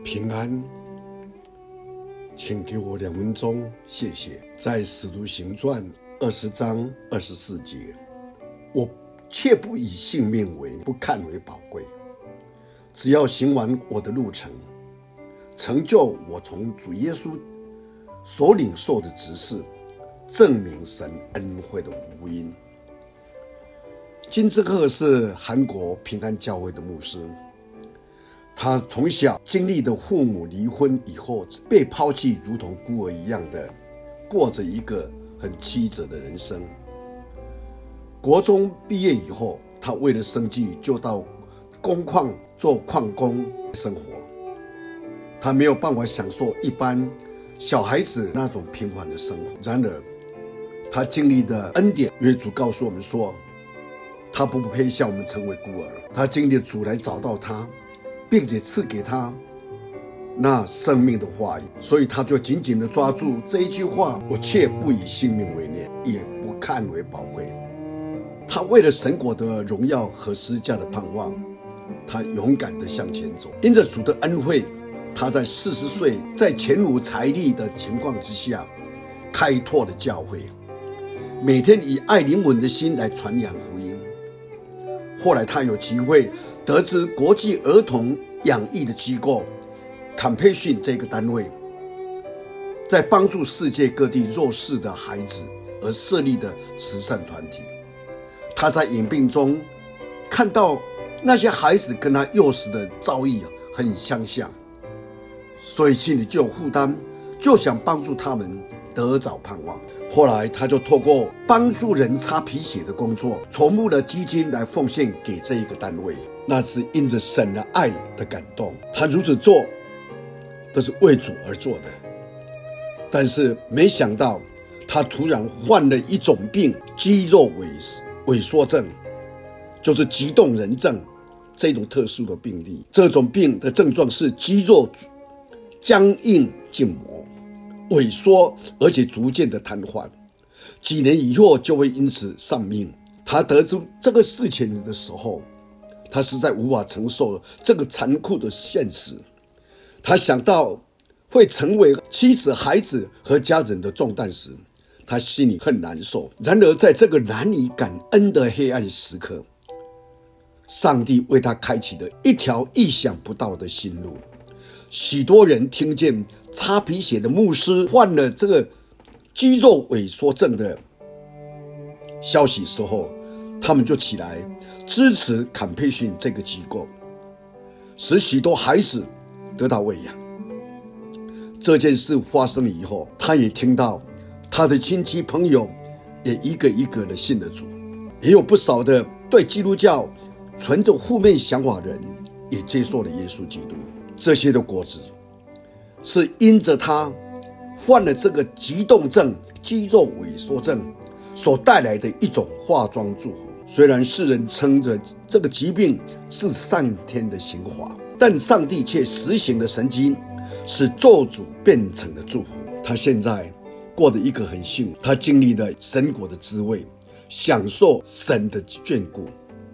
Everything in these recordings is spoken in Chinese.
平安，请给我2分钟，谢谢。在使徒行传20章24节，我切不以性命为不看为宝贵，只要行完我的路程，成就我从主耶稣所领受的职事，证明神恩惠的福音。金志赫是韩国平安教会的牧师，他从小经历的父母离婚以后被抛弃，如同孤儿一样的过着一个很曲折的人生。国中毕业以后，他为了生计就到工矿做矿工生活，他没有办法享受一般小孩子那种平凡的生活。然而他经历的恩典，约主告诉我们说，他不配像我们成为孤儿，他经历主来找到他，并且赐给他那生命的话语，所以他就紧紧地抓住这一句话，我切不以性命为念，也不看为宝贵。他为了神国的荣耀和十字架的盼望，他勇敢地向前走。因着主的恩惠，他在40岁在前无财力的情况之下开拓了教会，每天以爱灵魂的心来传扬福音。后来他有机会得知国际儿童养育的机构 Compassion 这个单位在帮助世界各地弱势的孩子而设立的慈善团体。他在影病中看到那些孩子跟他幼时的遭遇很相像，所以心里就有负担，就想帮助他们得着盼望。后来他就透过帮助人擦皮鞋的工作，筹募了基金来奉献给这一个单位。那是因着神的爱的感动，他如此做都是为主而做的。但是没想到他突然患了一种病，肌肉萎缩症，就是激动人症这种特殊的病例。这种病的症状是肌肉僵硬筋膜萎缩，而且逐渐的瘫痪，几年以后就会因此丧命。他得知这个事情的时候，他实在无法承受这个残酷的现实。他想到会成为妻子、孩子和家人的重担时，他心里很难受。然而在这个难以感恩的黑暗时刻，上帝为他开启了一条意想不到的新路。许多人听见擦皮鞋的牧师患了这个肌肉萎缩症的消息时候，他们就起来支持Compassion这个机构，使许多孩子得到喂养。这件事发生以后，他也听到他的亲戚朋友也一个一个的信了主，也有不少的对基督教存着负面想法的人也接受了耶稣基督。这些的果子是因着他患了这个激动症、肌肉萎缩症所带来的一种化妆祝福。虽然世人称着这个疾病是上天的刑罚，但上帝却实行了神迹，使咒诅变成了祝福。他现在过得一个很幸福，他经历了神国的滋味，享受神的眷顾。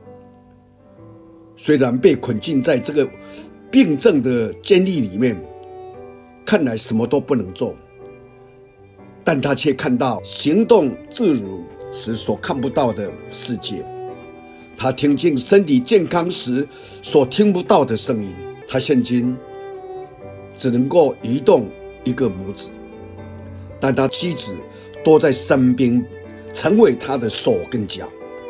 虽然被困禁在这个病症的监狱里面，看来什么都不能做，但他却看到行动自如时所看不到的世界。他听见身体健康时所听不到的声音。他现今只能够移动一个拇指，但他妻子都在身边，成为他的手跟脚。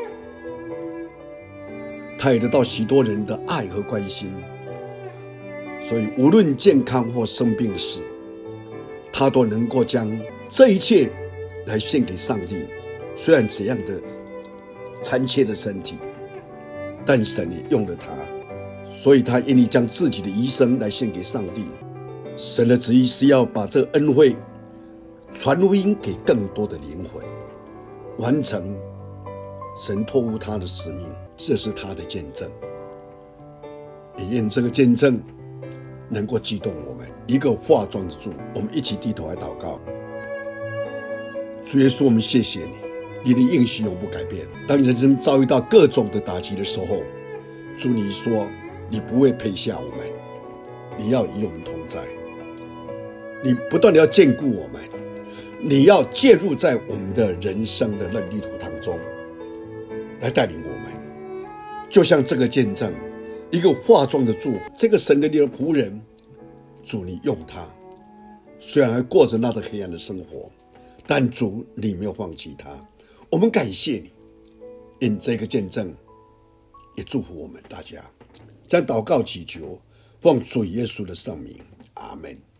他也得到许多人的爱和关心，所以无论健康或生病时，他都能够将这一切来献给上帝。虽然这样的残缺的身体，但神也用了他，所以他愿意将自己的一生来献给上帝。神的旨意是要把这恩惠传福音给更多的灵魂，完成神托付他的使命。这是他的见证，也愿这个见证能够激动我们。一个化妆的主，我们一起低头来祷告。主耶稣，我们谢谢你，你的应许永不改变。当人生遭遇到各种的打击的时候，主你说你不会撇下我们， 你要与我们同在，你不断的要眷顾我们，你要介入在我们的人生的旅途当中，来带领我们。就像这个见证，一个化妆的祝福，这个神的仆人，主你用他，虽然还过着那个黑暗的生活，但主你没有放弃他。我们感谢你，因这个见证也祝福我们大家。这样祷告祈求，奉主耶稣的圣名，阿们。